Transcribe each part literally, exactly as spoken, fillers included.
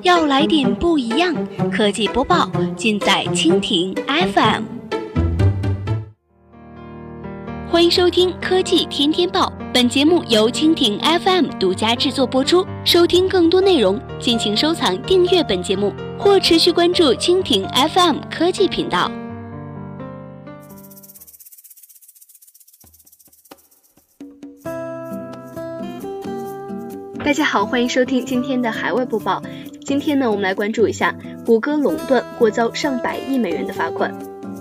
要来点不一样，科技播报尽在蜻蜓 F M。 欢迎收听科技天天报，本节目由蜻蜓 F M 独家制作播出。收听更多内容，敬请收藏订阅本节目或持续关注蜻蜓 F M 科技频道。 大家好，欢迎收听今天的海外播报。今天呢，我们来关注一下谷歌垄断或遭上百亿美元的罚款。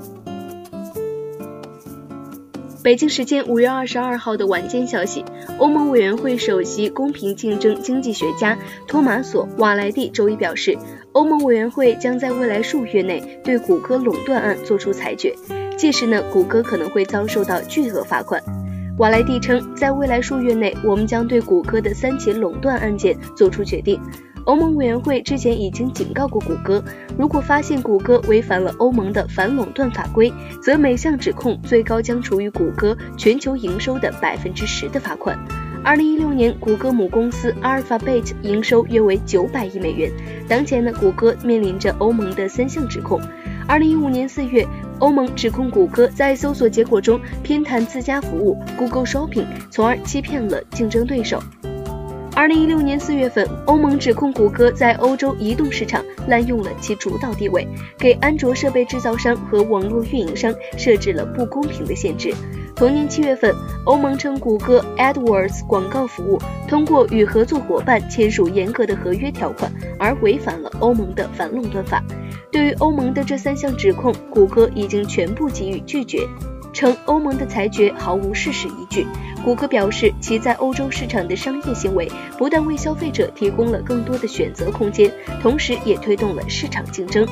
北京时间五月二十二号的晚间消息，欧盟委员会首席公平竞争经济学家托马索·瓦莱蒂周一表示，欧盟委员会将在未来数月内对谷歌垄断案作出裁决，届时呢，谷歌可能会遭受到巨额罚款。瓦莱蒂称，在未来数月内，我们将对谷歌的三起垄断案件做出决定。欧盟委员会之前已经警告过谷歌，如果发现谷歌违反了欧盟的反垄断法规，则每项指控最高将处以谷歌全球营收的百分之十的罚款。二零一六年，谷歌母公司 Alphabet 营收约为九百亿美元。当前呢，谷歌面临着欧盟的三项指控。二零一五年四月，欧盟指控谷歌在搜索结果中偏袒自家服务 Google Shopping， 从而欺骗了竞争对手。二零一六年四月份，欧盟指控谷歌在欧洲移动市场滥用了其主导地位，给安卓设备制造商和网络运营商设置了不公平的限制。同年七月份，欧盟称谷歌 AdWords 广告服务通过与合作伙伴签署严格的合约条款，而违反了欧盟的反垄断法。对于欧盟的这三项指控，谷歌已经全部给予拒绝，称欧盟的裁决毫无事实依据。谷歌表示，其在欧洲市场的商业行为不但为消费者提供了更多的选择空间，同时也推动了市场竞争。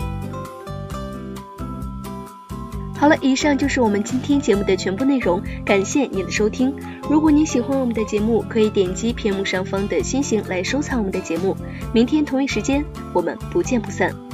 好了，以上就是我们今天节目的全部内容，感谢您的收听。如果您喜欢我们的节目，可以点击屏幕上方的星星来收藏我们的节目。明天同一时间，我们不见不散。